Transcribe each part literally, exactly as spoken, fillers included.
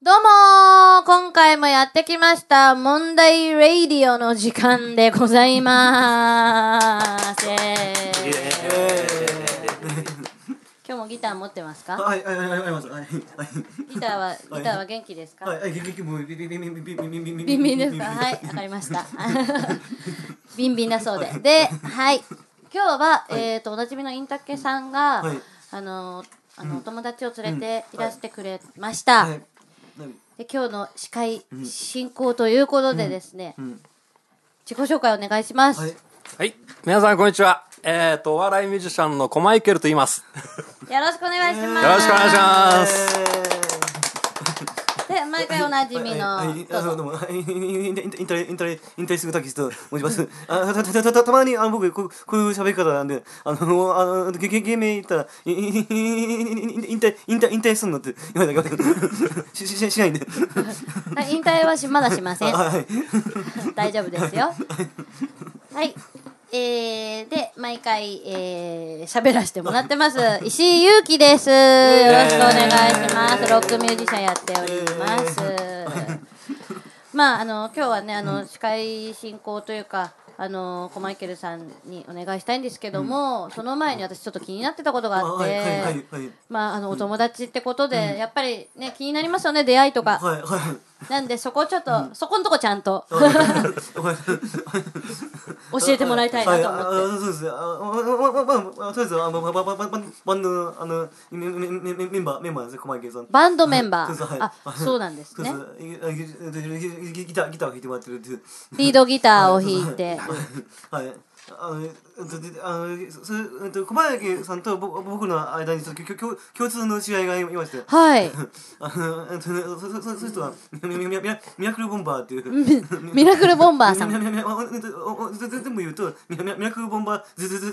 どうもー、今回もやってきました問題レイディオの時間でございまーす。今日もギター持ってますか？ はい、はい、はい、はい、はい、はい、 ギターは、ギターは元気ですか？ はい、はい、元気もビンビンビンビンビンビンビンビンビンビンビンですか？はい、わかりました。ビンビンだそうで。で、はい、今日は、えっと、おなじみのインタケさんが、あの、あの、お友達を連れていらしてくれました。で、今日の司会進行ということでですね、自己紹介お願いします。 はい、はい、皆さんこんにちは。えっと、お笑いミュージシャンのコマイケルと言います。 よろしくお願いします。 よろしくお願いします。 で、毎回おなじみの。 はい、どうも、インタレ、インタレ、インタレスグタキスと申します。あ、た、た、た、たまに、あの、僕、こう、こういう喋り方なんで、あの、あの、ゲ、ゲ、ゲーム言ったら、インタ、インタ、インタすんのって言われたけど、し、し、しないんで。 引退はし、まだしません。大丈夫ですよ。はい。えー、で、毎回、えー、喋らせてもらってます。石井ゆうきです。よろしくお願いします。ロックミュージシャンやっております。まあ、あの、今日はね、あの、司会進行というか、あの、コマイケルさんにお願いしたいんですけども、うん、その前に私ちょっと気になってたことがあって、まあ、あの、お友達ってことで、うん、やっぱりね、気になりますよね、出会いとか。はいはい、なんで、そこちょっと、うん、そこのとこちゃんと教えてもらいたいなと思って。 そうですね。あ、まあ、とりあえず、あの、バンドの、あの、メンバー、メンバーですね、コマイケルさん。 バンドメンバー。あ、そうなんですね。 ギター、ギターを弾いてもらってるっていう。 リードギターを弾いて。 はい。あの、あの、それ、小林さんと僕の間に共通の知り合いがいまして。 はい。 あの、その人は、ミラクルボンバーっていう。 ミラクルボンバーさん。 全部言うと、ミラクルボンバー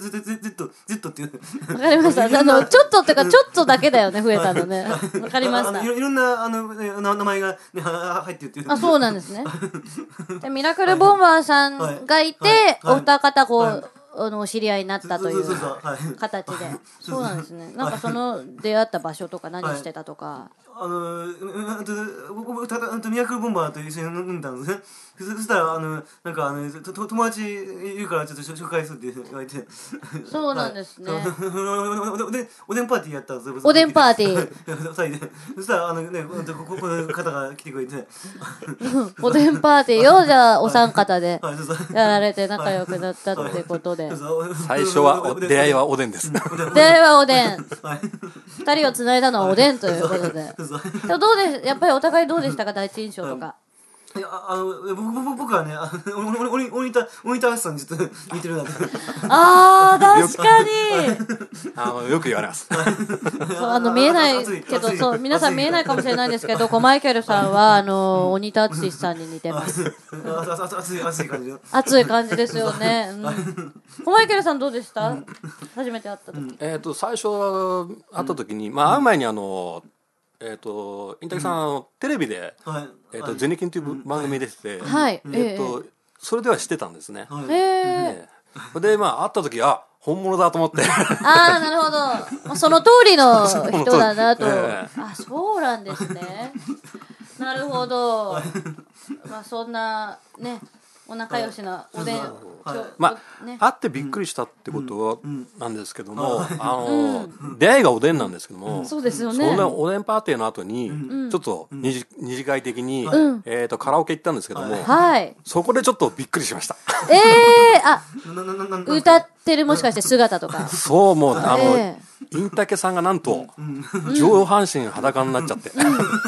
Z、Z っていう。 わかりました。あの、ちょっとっていうか、ちょっとだけだよね、増えたのね。わかりました。 いろんな、あの、名前が入ってるっていう。 あ、そうなんですね。で、ミラクルボンバーさんがいて、お二方こう、あのお知り合いになったという形で。そうなんですね。なんかその出会った場所とか何してたとか。 あの、僕、ただ、ミラクルボンバーと一緒に飲んだんですね。そしたら、あの、なんか、あの、友達いるからちょっと紹介するって言われて。 そうなんですね。 おでんパーティーやったんですよ。 おでんパーティー。 ふたりで。そしたら、あのね、この方が来てくれて。 おでんパーティーを、じゃあ、お三方でやられて仲良くなったってことで。 最初は、出会いはおでんです。 出会いはおでん。二人をつないだのはおでんということで。どうで、やっぱりお互いどうでしたか、第一印象とか。 いや、あの、僕、僕はね、あの、俺、俺、た、俺たさんにちょっと似てるなって。 あー、確かに。 あの、よく言われます。 そう、あの、見えないけど、そう、皆さん見えないかもしれないんですけど、コマイケルさんは、あの、鬼田敦さんに似てます。 熱い、熱い感じ。 熱い感じですよね。コマイケルさんどうでした？初めて会った時。 えっと、最初会った時に、まあ、会う前にあの、えっと、インタケさん、テレビで、えっと、ゼニキンという番組でして、えっと、それでは知ってたんですね。へえ。で、まあ、会った時、あ、本物だと思って。 ああ、なるほど。その通りの人だなと。あ、そうなんですね。なるほど。まあ、そんな、ね、お仲良しなおでん。 まあ、会ってびっくりしたってことなんですけども、あの、出会いがおでんなんですけども、 そうですよね。 そのおでんパーティーの後に、ちょっと二次二次会的に、えっと、カラオケ行ったんですけども、そこでちょっとびっくりしました。 ええ、あ、歌ってるもしかして姿とか。 そう、もう、あの、インタケさんがなんと、上半身裸になっちゃって。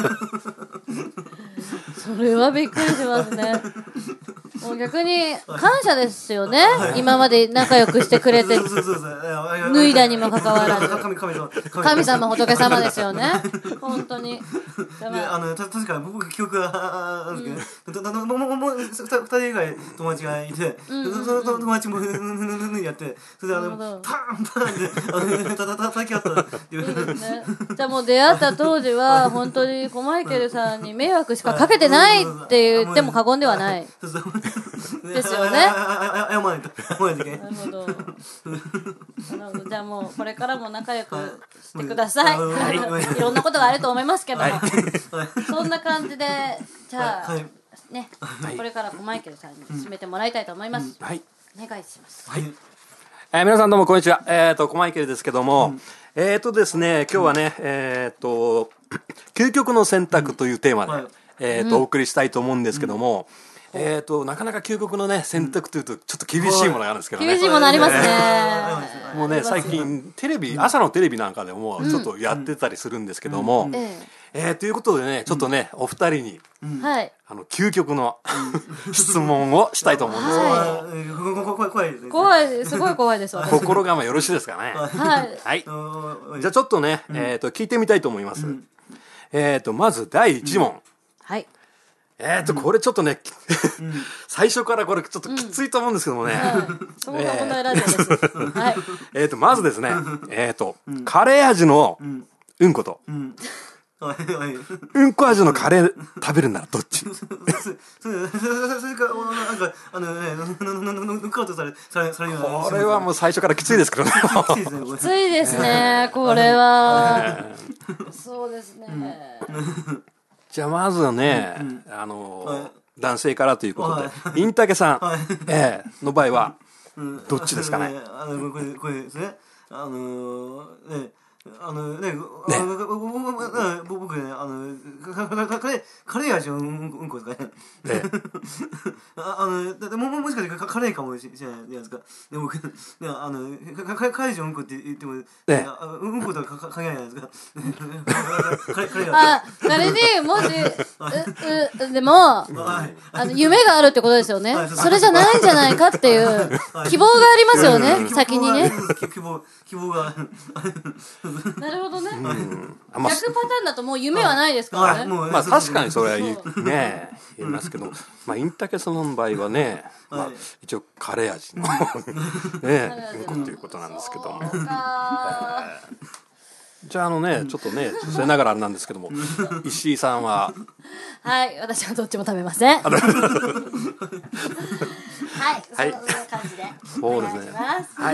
それはびっくりしますね。もう逆に感謝ですよね。今まで仲良くしてくれて、脱いだにもかかわらず。神様、仏様ですよね。本当に。 あの、確かに僕、記憶があるんですけど、もう二人以外友達がいて、その友達も脱いやって、それであの、パンパンで、叩き合ったっていう。 じゃあもう出会った当時は、本当にコマイケルさんに迷惑しかかけてないって言っても過言ではない。ですよね。 謝らないと。謝らないといけない。 なるほど。なんじゃあもうこれからも仲良くしてください。いろんなことがあると思いますけども、そんな感じでじゃあね、これからマイケルさんに締めてもらいたいと思います。はい、お願いします。 はい、えー、皆さんどうもこんにちは。えっとコマイケルですけども、えっとですね今日はねえっと究極の選択というテーマでえっとお送りしたいと思うんですけども。えーとなかなか究極のね選択というとちょっと厳しいものがあるんですけどね。 厳しいものありますね。 もうね最近テレビ朝のテレビなんかでもちょっとやってたりするんですけども、えーということでねちょっとねお二人にあの究極の質問をしたいと思うんですけど、 怖い怖いすごい怖いです。 心構えよろしいですかね。はい。じゃあちょっとねえーと聞いてみたいと思います。えーとまずだいいち問。はい。えーとこれちょっとね、うん、最初からこれちょっときついと思うんですけどもね。 そこが問題ラジオです。はい。 えーとまずですね、えーとカレー味のうんこと、うんこ味のカレー食べるならどっち？それかなんかあのね、ぬかとされされされるような。これはもう最初からきついですけどね。 きついですね。これは。そうですね。 じゃあまずはね、うん、あのーはい、男性からということで、はい、インタケさん、はい、えー、の場合はどっちですかね。うん、あのこれこれですね。あのー、ね。あのね、僕ね、あのカレーカレー味のうんこですかね。あのももしかしてカレーかもしれないじゃないですか。で僕ねあのカレー味のうんこって言ってもうんことは限らないじゃないですか。 あ、それでもしうでもあの夢があるってことですよね。それじゃないんじゃないかっていう希望がありますよね。先にね。 希望希望が。 なるほどね。逆パターンだともう夢はないですからね。 まあ確かにそれはね言いますけど、まあインタケさんの場合はね、まあ一応カレー味のねうんこということなんですけども。じゃああのねちょっとね女性ながらなんですけども、石井さんは。 はい、私はどっちも食べません。はい、そんな感じで。そうですね。 はい。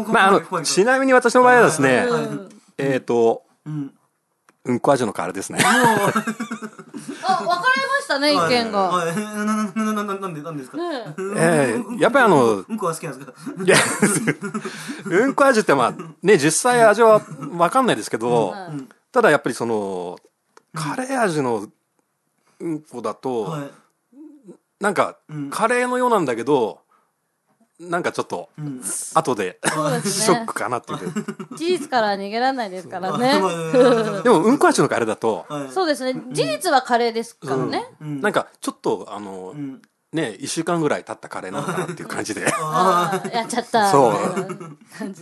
まああのちなみに私の場合はですね。えっと、うん、うんこ味のカレーですね。あ、 分かれましたね、意見が。 はい、なんで、なんですか。 ええ、やっぱりあの、 うんこは好きなんですか。 いや、うんこ味ってまあ、ね、実際味は分かんないですけど、ただやっぱりその、カレー味のうんこだと、なんか、カレーのようなんだけど、なんかちょっと、うん、後で、ね、ショックかなっていう。 事実からは逃げられないですからね。 でもうんこ味のカレーだと、 そうですね。事実はカレーですからね。 うん、なんかちょっとあの、うん、ねいっしゅうかんぐらい経ったカレーなのかなっていう感じで。 ああやっちゃった。 そう。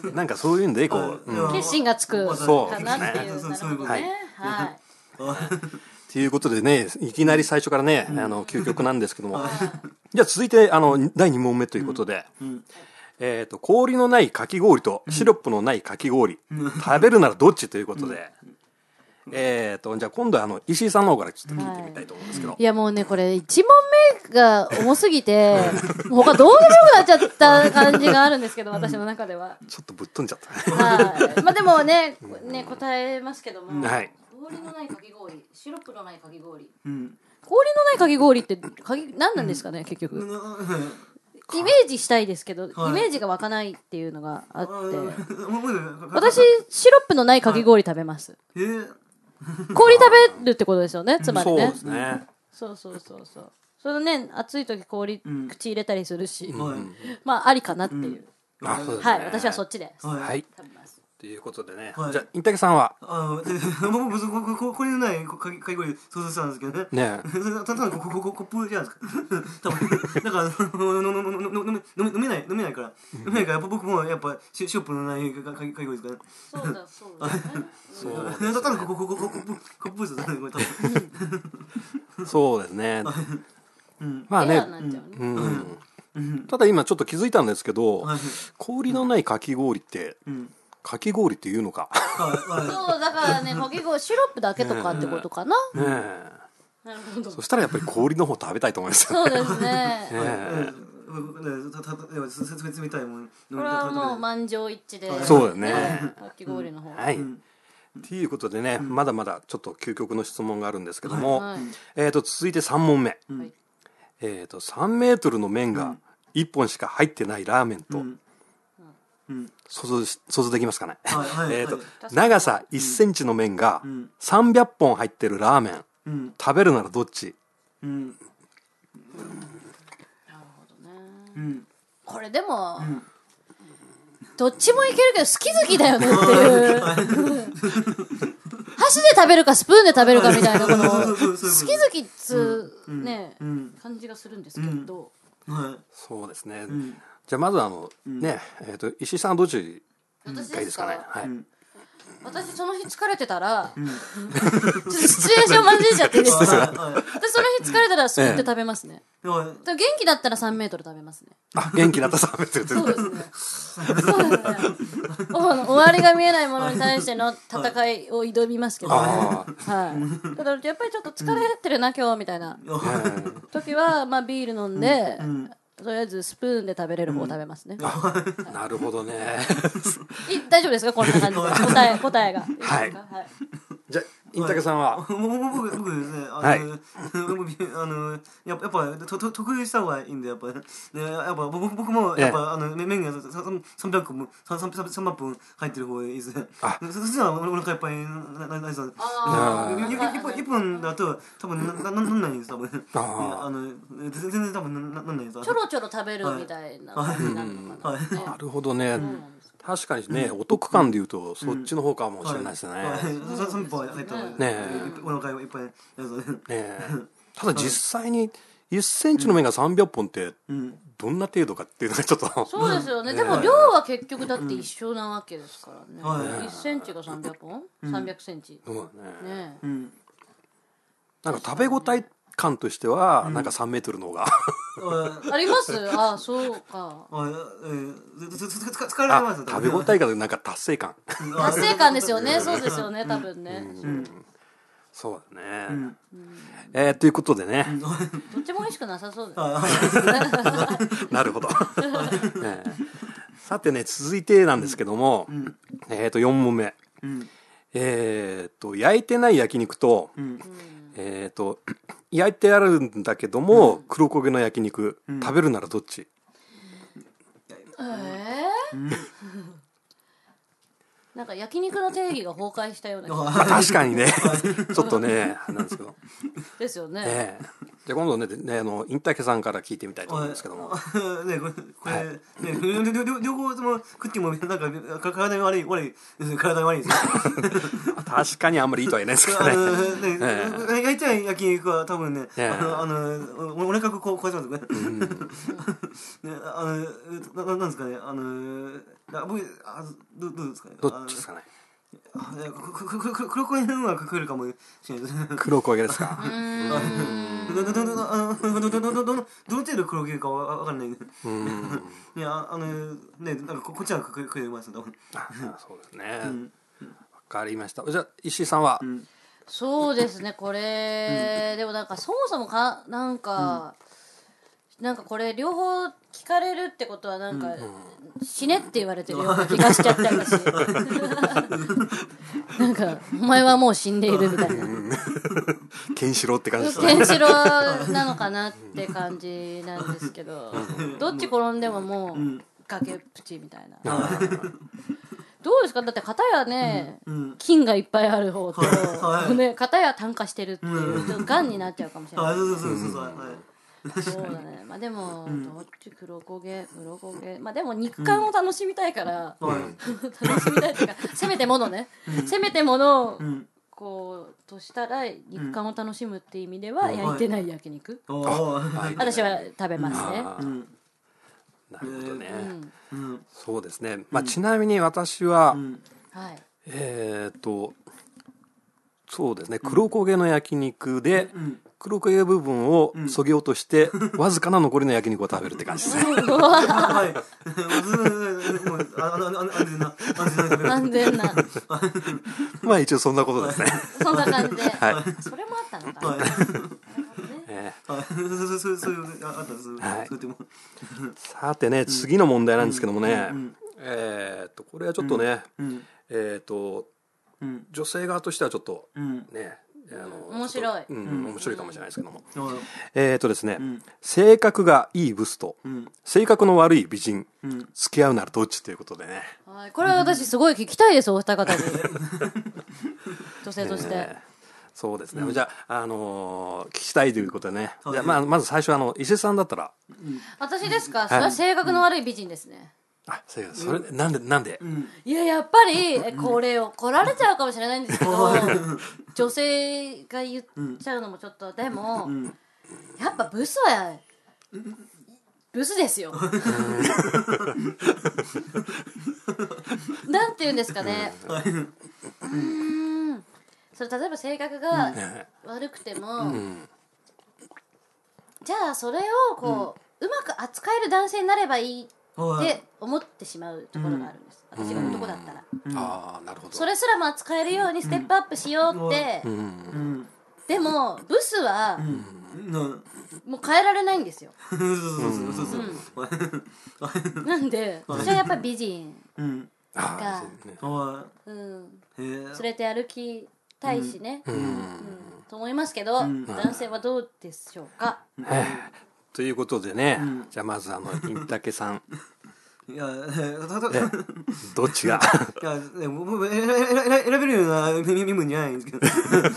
なんかそういうんでこう、 うん、決心がつくかなっていう。なるほどね。はい。 ということでねいきなり最初からね、うん、あの究極なんですけどもじゃあ続いてあのだいに問目ということで、うんうんえー、と氷のないかき氷とシロップのないかき氷、うん、食べるならどっちということで、うん、えー、とじゃあ今度はあの石井さんの方からちょっと聞いてみたいと思うんですけど、はい、 いやもうねこれいち問目が重すぎて他どうでもよくなっちゃった感じがあるんですけど私の中ではちょっとぶっ飛んじゃったね、はい、まあでもねね答えますけども、はい氷のないかき氷、シロップのないかき氷、うん、氷のないかき氷ってかき何なんですかね、うん、結局イメージしたいですけど、はい、イメージが湧かないっていうのがあって私シロップのないかき氷食べます、はいえー、氷食べるってことですよねつまりね、 そうですねそうそうそうそうそれね暑い時氷、うん、口入れたりするし、うん、まあありかなっていう、うんあそうですね、はい私はそっちです、はい、食べますということでね、はい、じゃあインタケさんはあの僕ここれのないかき氷想像したんですけどねねただのコップじゃないですか多分だから飲めない飲めないから飲めないから僕もやっぱショップのないかき氷ですからそうだそうだそうただのコップですよねそうですねまあねただ今ちょっと気づいたんですけど氷のないかき氷ってかき氷っていうのかそうだからねかき氷シロップだけとかってことかなねえなるほどそしたらやっぱり氷の方食べたいと思いますそうですね冷たいもん。 これはもう満場一致で。 そうだね。 かき氷の方。 はい。ということでね、まだまだちょっと究極の質問があるんですけども、えっと続いてさん問目。えっとさんメートルの麺がいっぽんしか入ってないラーメンと。想像想像できますかね。えっと長さいっセンチの麺がさんびゃっぽん入ってるラーメン、食べるならどっち？ なるほどね。これでもどっちもいけるけど好き好きだよねっていう箸で食べるかスプーンで食べるかみたいなこの好き好きっつね感じがするんですけど。 そうですね。じゃあまずあの、うん、ねえー、と石井さんはどっちがいいですかね。はい、 私その日疲れてたら、うん、ちょっとシチュエーション混ぜちゃっていいですか。私その日疲れたらスプーンで食べますね。ええ、元気だったらさんメートル食べますね。 あ、元気だったらさんメートル。 そうですね。そうですね。終わりが見えないものに対しての戦いを挑みますけど、ね、はい。ただやっぱりちょっと疲れてるな今日みたいな時はまあビール飲んで。うんうん、とりあえずスプーンで食べれる方を食べますね。 うん、なるほどね。 大丈夫ですかこんな感じで答え答えが。 はい。じゃあインタケさんは。 僕僕ですね。はい。あのやっぱやっぱ得意した方がいいんでやっぱねやっぱ僕僕もやっぱあの麺が三百個も三三三百分入ってる方がいいですね。あ、そしたらお腹いっぱいななりそう。一分だと多分ななんないんです多分。あの全然多分なんないです。 ちょろちょろ食べるみたいな感じなのかな。 なるほどね。確かにね、お得感でいうとそっちの方かもしれないですね。ねえ。ただ実際にいっセンチの麺がさんびゃっぽんってどんな程度かっていうのがちょっと。 そうですよね。でも量は結局だって一緒なわけですからね。いっセンチがさんびゃっぽん、さんびゃくセンチ。 そうだね。なんか食べ応え感としてはなんかさんメートルの方があります。あ、そうか。 食べ応えがなんか達成感。 達成感ですよね。そうですよね。多分ね。 そうだね。えーということでね。 どっちも美味しくなさそうです。 なるほど。さてね続いてなんですけども、えーとよん問目。えーと焼いてない焼肉とえーと焼いてあるんだけども、うん、黒焦げの焼肉、うん、食べるならどっち？ えー、なんか焼肉の定義が崩壊したような気がする。 確かにねちょっとねなんですけどですよね。 えー、じゃあ今度ねねあのインタケさんから聞いてみたいと思うんですけどもねこれこれ、はい、ね両方とも食ってもなんか体に悪い悪い体に悪いですよ確かにあんまりいいとは言えないですけどね。 焼いてない焼肉は多分ねあのあのお腹こう壊しますね。あのななんですかねあの僕あどどうですかね。 どっちですかね。 黒焦げの方が来るかもしれないです。 黒焦げですか。 どの程度黒焦げかわかんない。いやあのねなんかこっちは食えます多分。 そうですね。わかりました。じゃあ石井さんは。 そうですねこれでもなんかそもそもかなんかなんかこれ両方聞かれるってことはなんか死ねって言われてるような気がしちゃったりしなんかお前はもう死んでいるみたいなケンシロウって感じですね。 ケンシロウなのかなって感じなんですけどどっち転んでももう崖っぷちみたいな。どうですかだって片やね、うん、菌がいっぱいある方と、はいね、片や炭化してるっていう、うん、ちょっとがんになっちゃうかもしれない。そうだね。まあでも、うん、どっち黒焦げ黒焦げまあでも肉感を楽しみたいから、うん、楽しみたいっていうかせめてものね、うん、せめてものを、うん、こうとしたら肉感を楽しむっていう意味では、うん、焼いてない焼肉、うん、私は食べますね。 なるほどね、うん、そうですね、まあ、ちなみに私は、うんはい、えー、っとそうですね黒焦げの焼肉で、うん、黒焦げ部分をそぎ落として、うん、わずかな残りの焼肉を食べるって感じですね。 安全なまあ一応そんなことですね。 そんな感じで、はい、それもあったのかな、はいえー、そうそういうあったんです。はい。 さてね、次の問題なんですけどもね、えっとこれはちょっとね、えっと女性側としてはちょっとね、あの面白い、 うん、面白いかもしれないですけども、えっとですね、性格がいいブスと性格の悪い美人、付き合うならどっちということでね。 はい、これは私すごい聞きたいです、お二方に。女性として。 そうですね、うん、じゃあ、あのー、聞きたいということでね、じゃあ、まあ、まず最初あの伊勢さんだったら、うん、 私ですか、それは性格の悪い美人ですね、 うん、あ、それそれなんでなんで、うん、 いややっぱりこれを怒られちゃうかもしれないんですけど、女性が言っちゃうのもちょっとでも、やっぱブスはブスですよ。なんて言うんですかね、うーん、それ例えば性格が悪くても、うん、じゃあそれをこう、うん、うまく扱える男性になればいいって思ってしまうところがあるんです、うん、私が男だったら、 うん、あー、なるほど。 それすらも扱えるようにステップアップしようって、うん、でもブスは、うん、もう変えられないんですよ。なんで私はやっぱり美人が、うん、連れて歩きたいしね、うんうん、と思いますけど、うん、男性はどうでしょうか。 ということでね、うん、じゃあまずあのインタケさんいやどっちがいや僕選べるような身分じゃないんですけど。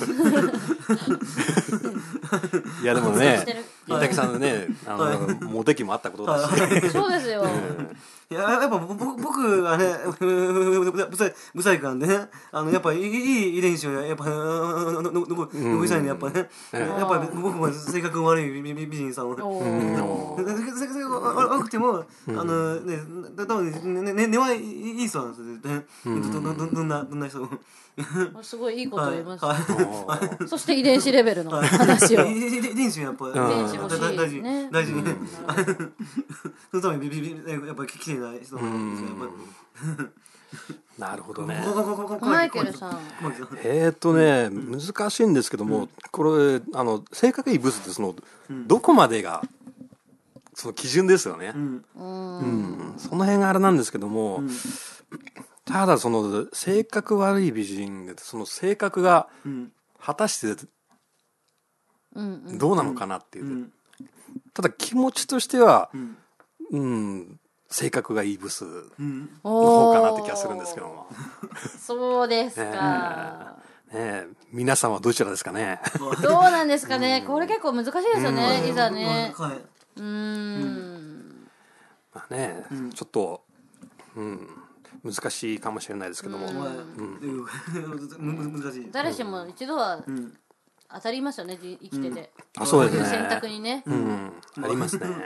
いやでもね、インタケさんのね、あの、はい、モテ期もあったことだし、 はい、そうですよ。 いややっぱ僕がねブサイブサイクなんでね、あのやっぱいい遺伝子をやっぱ残したいんで、やっぱね、やっぱり僕も性格悪い美人さんを、性格悪くてもあのね多分ね根はいい人なんですよね。どんなどんな人も。 すごいいいこと言います。そして遺伝子レベルの話を。 遺伝子やっぱ大事ね。 大事にね。そのためにやっぱりきれいな人なんですよ。 なるほどね。 マイケルさん。 えーっとね、難しいんですけども、これあの性格いいブスってそのどこまでがその基準ですよね。うん。その辺があれなんですけども。ただその性格悪い美人でその性格が果たしてどうなのかなっていう、うんうん、ただ気持ちとしては、うんうん、性格がいいブスの方かなって気がするんですけども。 そうですか、 ねえ、ねえ、皆さんはどちらですかね。 どうなんですかね、これ結構難しいですよね、うん、いざね、うーん、 まあね、うん、ちょっと、うん、難しいかもしれないですけども、 誰しも一度は当たりますよね、生きてて、 うん、あ、そうですね、 選択にね、 うんうん、ありますね、うん、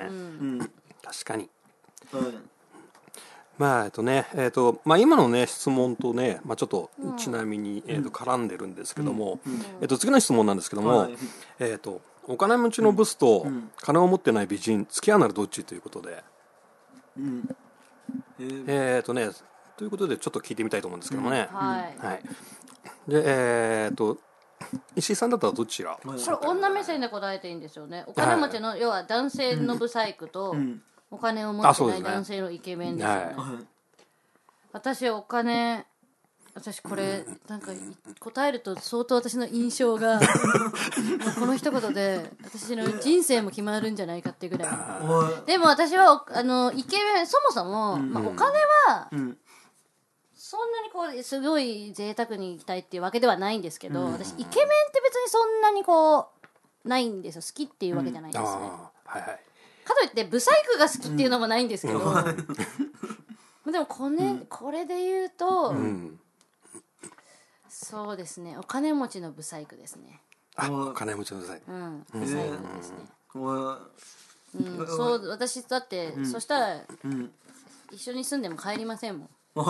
確かに、うん、まあえっとねえっとまあ今のね質問とね、まあ、ちょっとちなみに、えっと絡んでるんですけども、うん、えっと次の質問なんですけども、はい、えっとお金持ちのブスと金を持ってない美人付き合うならどっちということで、うん、えー、えっとねということでちょっと聞いてみたいと思うんですけどもね、うん、はい、はい、でえー、っと石井さんだったらどちら？ これ女目線で答えていいんですよね。お金持ちの、はい、要は男性のブサイクと、うん、お金を持ってない男性のイケメンですよね。はい、私お金私これなんか答えると相当私の印象がこの一言で私の人生も決まるんじゃないかっていうぐらい。でも私はあのイケメンそもそも、うん、まあ、お金は、うんそんなにこうすごい贅沢に行きたいっていうわけではないんですけど、うん、私イケメンって別にそんなにこうないんですよ。好きっていうわけじゃないですね、うんはいはい、かといってブサイクが好きっていうのもないんですけど、うん、でもこれ、うん、これで言うと、うん、そうですね、お金持ちのブサイクですね。 あ、お金持ちのブサイク、うん、 ブサイクですね、うんうん、そう私だって、うん、そしたら、うん、一緒に住んでも帰りませんもん。そ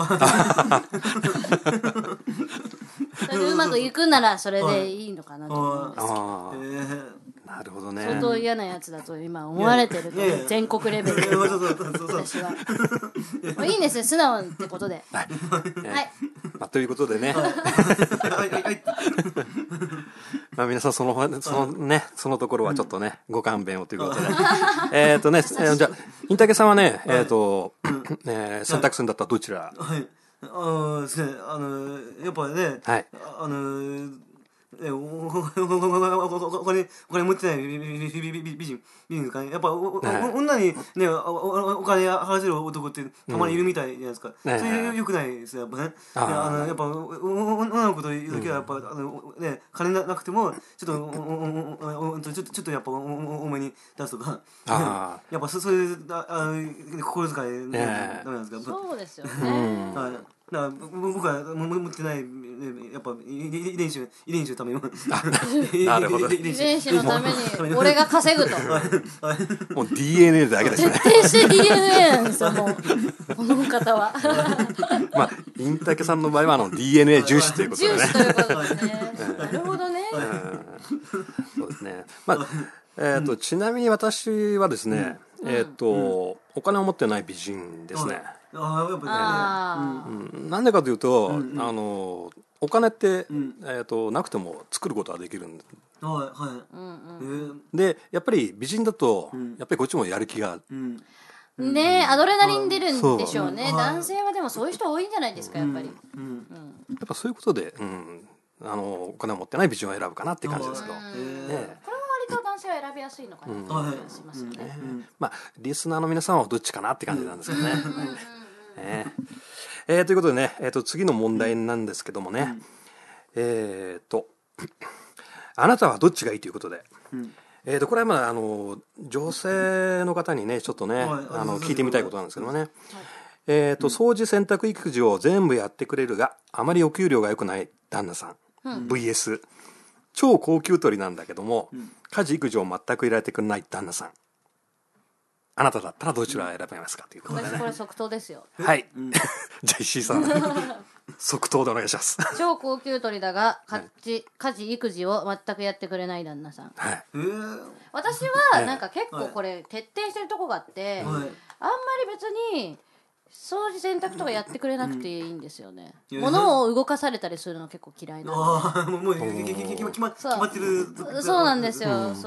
れでうまくいくならそれでいいのかなと思うんですけど、 ななるほどね。 相当嫌なやつだと今思われてると、全国レベルで私は。いいんですよ、素直ってことで。はい。 まあ、ということでね。まあ皆さんそのそのねそのところはちょっとねご勘弁をということで。えっとね、じゃあインタケさんはね、えっと選択するんだったらどちら？ はい。あのですね、あのやっぱね、あの。えおおお金お金持ってない美人美人ですかね。やっぱ女にねお金払わせる男ってたまにいるみたいじゃないですか。それ良くないですよやっぱね。あのやっぱ女の子といる時はやっぱあのね金なくてもちょっとちょっとちょっとやっぱ多めに出すとか。やっぱそういう心遣いダメなんですか。 そうですよね。 はい。だから僕は持ってないやっぱ遺伝子遺伝子のためになるほど遺伝子のために俺が稼ぐともう ディーエヌエー だけですね。 徹底して ディーエヌエー なんですよもうこの方は。 まあインタケさんの場合はあの ディーエヌエー 重視ということでね。 重視ということですね。なるほどね。 そうですね。まあえっとちなみに私はですね、えっとお金を持ってない美人ですね。 あやっぱりね。なんでかというと、あのお金って、えっとなくても作ることはできるんで。 はいはい。 でやっぱり美人だとやっぱりこっちもやる気が。 ねアドレナリン出るんでしょうね。男性はでもそういう人多いんじゃないですかやっぱり。やっぱそういうことで、あのお金を持ってない美人を選ぶかなって感じですけど。 割と男性は選びやすいのかなと思いますね。 まあリスナーの皆さんはどっちかなって感じなんですけどね。えー、ということでね、えー、と次の問題なんですけどもね、うん、えっ、ー、とあなたはどっちがいいということで、うん、えー、とこれはまああの女性の方にねちょっとね、はい、あの聞いてみたいことなんですけどもね、はい、えー、と掃除洗濯育児を全部やってくれるがあまりお給料が良くない旦那さん、うん、ブイエス 超高級鳥なんだけども、うん、家事育児を全く入れてくれない旦那さん、あなただったらどちらを選べますかということでね。 これ即答ですよ。 はい。じゃあ石井さん即答でお願いします。 超高級鳥だが家事、家事育児を全くやってくれない旦那さん。はい。私はなんか結構これ徹底してるとこがあって、はい、あんまり別に掃除洗濯とかやってくれなくていいんですよね。うん、物を動かされたりするの結構嫌いなんで。ああもう決まってる。そうなんですよ。うん、そう。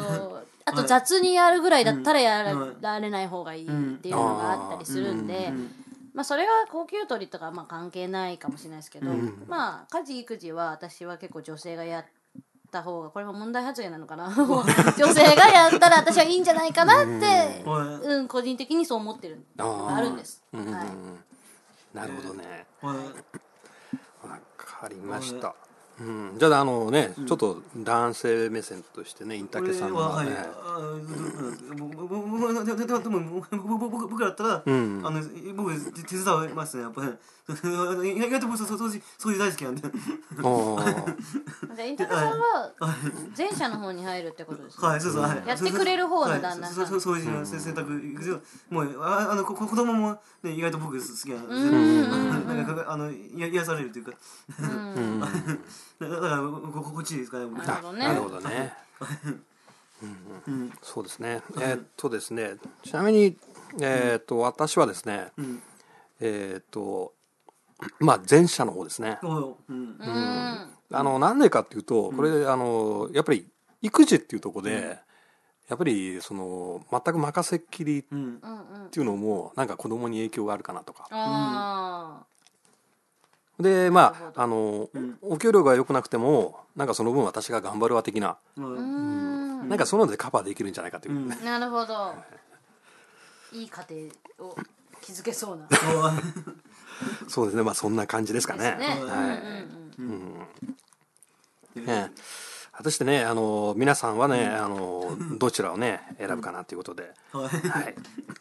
あと雑にやるぐらいだったらやられない方がいいっていうのがあったりするんで、まあそれが高級鳥とかまあ関係ないかもしれないですけど、まあ家事育児は私は結構女性がやった方が、これも問題発言なのかな女性がやったら私はいいんじゃないかなって、うん、個人的にそう思ってるのがあるんです。はい、 なるほどね。わかりました。うん、じゃああのね、うん、ちょっと男性目線としてねインタケさんは、ね、 僕だったら、うん、あの僕手伝いますねやっぱり、ね、意外と僕掃除掃除大好きなんで。じゃあインタケさんは前者の方に入るってことですか。はい、そうそう、はい、やってくれる方の旦那さん。掃除の洗濯もうああの子供もね意外と僕好きなんです。なんかあの癒されるというか。だからこっちですかね。 なるほどね。なるほどね。うん、そうですね。えー、っとですね。ちなみにえー、っと私はですね。うん、えー、っとまあ前者の方ですね。うんうん、あのなんでかっていうとこれ、うん、あのやっぱり育児っていうところで、うん、やっぱりその全く任せっきりっていうのもなんか子供に影響があるかなとか。うんでまああの、うん、お給料が良くなくてもなんかその分私が頑張るわ的な、うん、なんかそのでカバーできるんじゃないかという、ね、 うん、なるほどいい家庭を築けそうなそうですねまあそんな感じですかね。はい。ね果たしてねあの皆さんはね、うん、あのどちらをね選ぶかなということで、うん、はい、はい、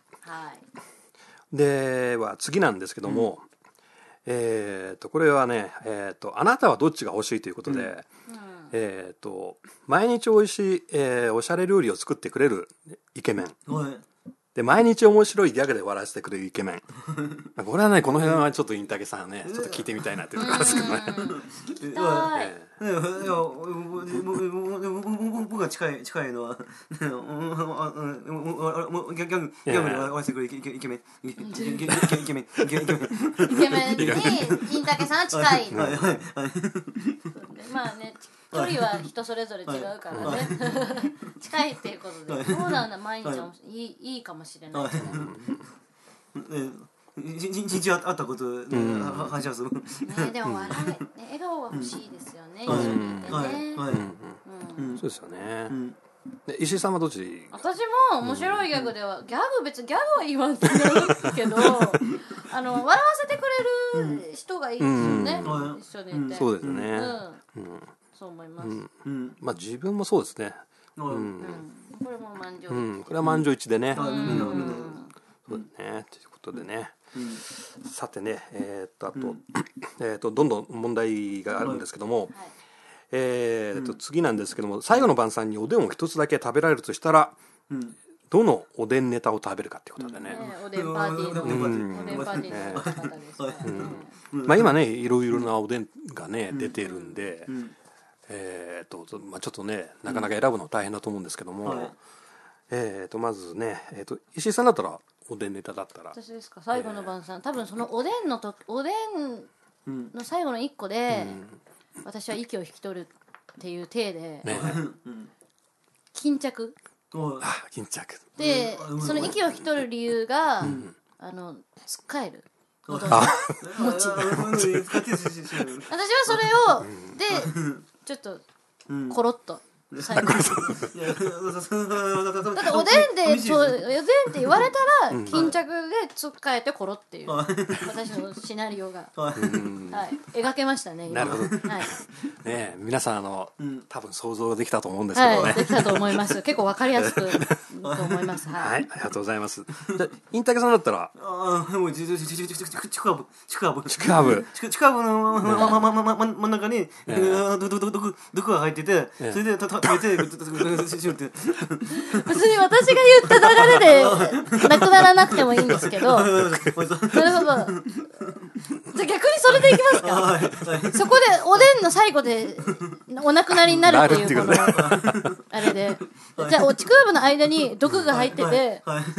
では次なんですけども、うんえー、とこれはね、えーと、あなたはどっちが欲しいということで、うんえー、と毎日おいしい、えー、おしゃれ料理を作ってくれるイケメン、はい、で毎日面白いギャグで笑わせてくれるイケメンこれはねこの辺はちょっとインタケさんねちょっと聞いてみたいなというところですけどね、 聞きたい、えー僕が近い近いのはギャグギャグで終わらせてくれイケメンイケメンイケメンイケメンイケメンイケメンに金武さんは近い。まあね、距離は人それぞれ違うからね。近いっていうことで、そうなんだ、毎日いいいいかもしれないですね。 一日あったこと話します。ね、 でも笑い、笑顔は欲しいですよね。一緒にいてね。 そうですよね。石井さんはどっち？ 私も面白いギャグでは、ギャグ別にギャグは言わんとないけど、あの笑わせてくれる人がいいですよね。一緒にいて。 そうですね。 そう思います。 まあ自分もそうですね。 これも満場一致。 これは満場一致でね。そうだね。ということでね。さてね、えっとあとえっとどんどん問題があるんですけども。えー、と次なんですけども、最後の晩餐におでんを一つだけ食べられるとしたら、うん、どのおでんネタを食べるかっていうことでね、 おでんパーティーのおでんパーティーの方ですからね。 まあ今ねいろいろなおでんがね出てるんで、えーとまあ、ちょっとねなかなか選ぶの大変だと思うんですけども、えーとまずね、えーと石井さんだったらおでんネタだったら私ですか、最後の晩餐、多分そのおでんのとおでんの最後の一個で、私は息を引き取るっていう体で、ね、巾着あ巾着で、その息を引き取る理由が、うん、あのつっかえる喉に餅私はそれをでちょっとコロッと最後だっておでんでそうおでんって言われたら巾着でつっかえてコロっていう私のシナリオが、はい、描けましたね。 なるほど、はい、ね皆さんあの多分想像できたと思うんですけどね、 はい、できたと思います。結構わかりやすくと思います。 はい、はい、ありがとうございます。インタケさんだったらああもうちちちちちちちくわぶちくわぶちくわぶちくわぶの真ん中に毒が入ってて、それでたた別に私が言った流れでなくならなくてもいいんですけどなるほど。じゃあ逆にそれでいきますか。そこでおでんの最後でお亡くなりになるっていうこのあれで、じゃあおちくわぶの間に毒が入っててなる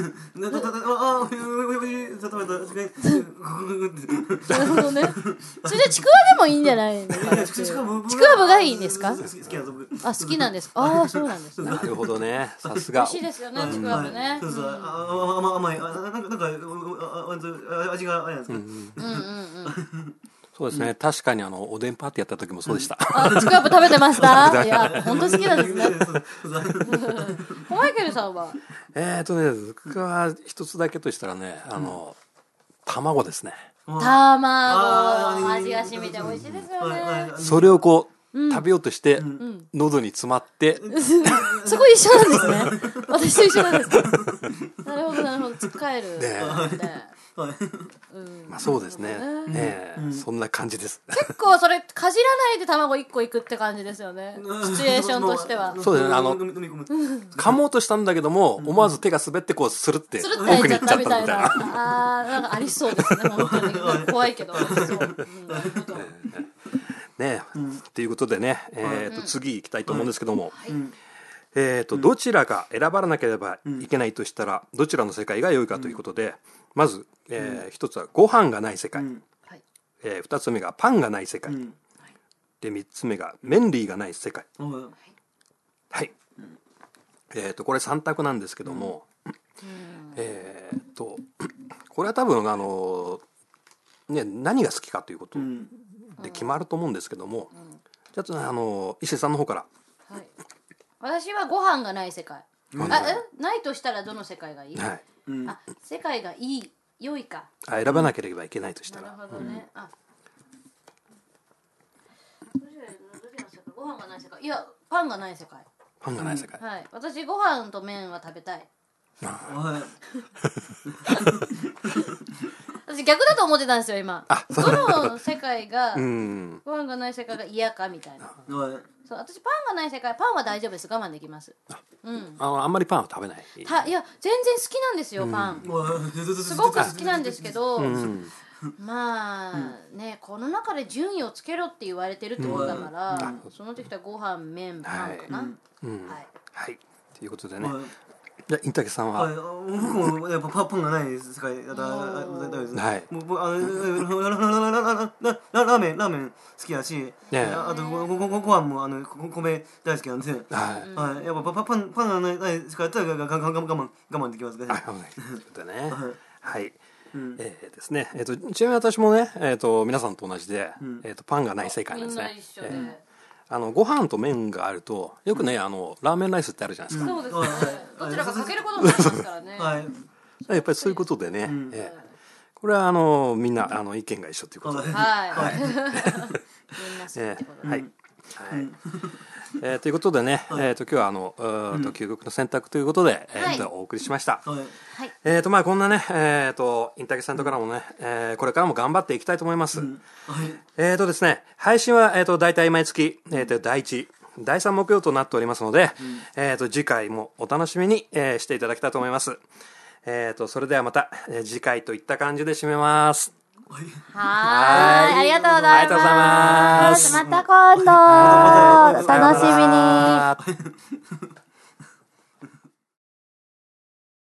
ほどね。それじゃちくわでもいいんじゃないのかなって。ちくわぶがいいんですか。あ、好きなんです。ああ、そうなんですね。 なるほどね。さすが。 美味しいですよね、ちくわぶね。 そうそう、甘い、なんか味があれなんですけど。 そうですね。確かにあのおでんパーティーやった時もそうでした。 あ、ちくわぶ食べてました。いや、本当好きなんですね。マイケルさんは。 えっとね、僕は一つだけとしたらね、あの卵ですね。 卵、味が染みて美味しいですよね。 それをこう。食べようとして、うん、喉に詰まって、うん、 そこ一緒なんですね。私と一緒なんですか。なるほどなるほど、つっかえる、ねうん、まあそうですね、ね、うん、そんな感じです。 結構それかじらないで卵一個いくって感じですよね、シチュエーションとしては。 そうですね、あの噛もうとしたんだけども思わず手が滑ってこうスルって奥に行っちゃったみたいな。あー、なんかありそうですね、本当に。怖いけどありそう、うん、なるほどね、うん、ということでね、えーと、次行きたいと思うんですけども、はい、えーと、どちらか選ばなければいけないとしたら、どちらの世界が良いかということで、まず、えー、一つはご飯がない世界、うんえー、二つ目がパンがない世界、うん、で三つ目が麺類がない世界、うん、はい、えーと、これさん択なんですけども、うん、えーとこれは多分あの、ね、何が好きかということ、うんで決まると思うんですけども、うん、じゃあ、あの石井さんの方から、 はい、私はご飯がない世界、うん、あえないとしたらどの世界がいい、はいうん、あ世界がいい良いかあ選ばなければいけないとしたら、 なるほどね、うん、あどちらの世界ご飯がない世界いやパンがない世界パンがない世界、 うん、はい私ご飯と麺は食べたい。私逆だと思ってたんですよ今。どの世界がご飯がない世界が嫌かみたいな。そう私パンがない世界パンは大丈夫です我慢できます。 あ、うん、あ, あんまりパンは食べない。 たいや全然好きなんですよパン。すごく好きなんですけど、うん、 まあね、この中で順位をつけろって言われてるってことだから、その時はご飯、麺、パンかな。 はい。ということでね。じゃあ、インタケさんは、 僕もやっぱパンがない世界だったらダメです。はい。僕あのラーメンラーメン好きだし、あとごごご飯もあの米大好きなんで、はい。やっぱパンパンがない世界だったら我慢我慢できますね。はい。 そうだね。はい。えですね。えっとちなみに私もね、えっと皆さんと同じで、えっとパンがない世界なんですね。あのご飯と麺があるとよくね、あのラーメンライスってあるじゃないですか。 そうですね。どちらかかけることになりますからね。はい。 やっぱりそういうことでね、これはあのみんなあの意見が一緒ということで。はい。みんなそうってことで。はい。はい。えー、ということでね、はい、えー、と今日はあの、うん、と究極の選択ということで、えーと、はい、お送りしました。はい、えーとまあこんなね、えーとインタケさんとからもね、えー、これからも頑張っていきたいと思います。うんはい、えーとですね、配信はえーと大体毎月、えーとだいいち、だいさん木曜となっておりますので、うん、えーと次回もお楽しみに、えー、していただきたいと思います。えーとそれではまた、えー、次回といった感じで締めます。 はい、ありがとうございます。また今度、お楽しみに。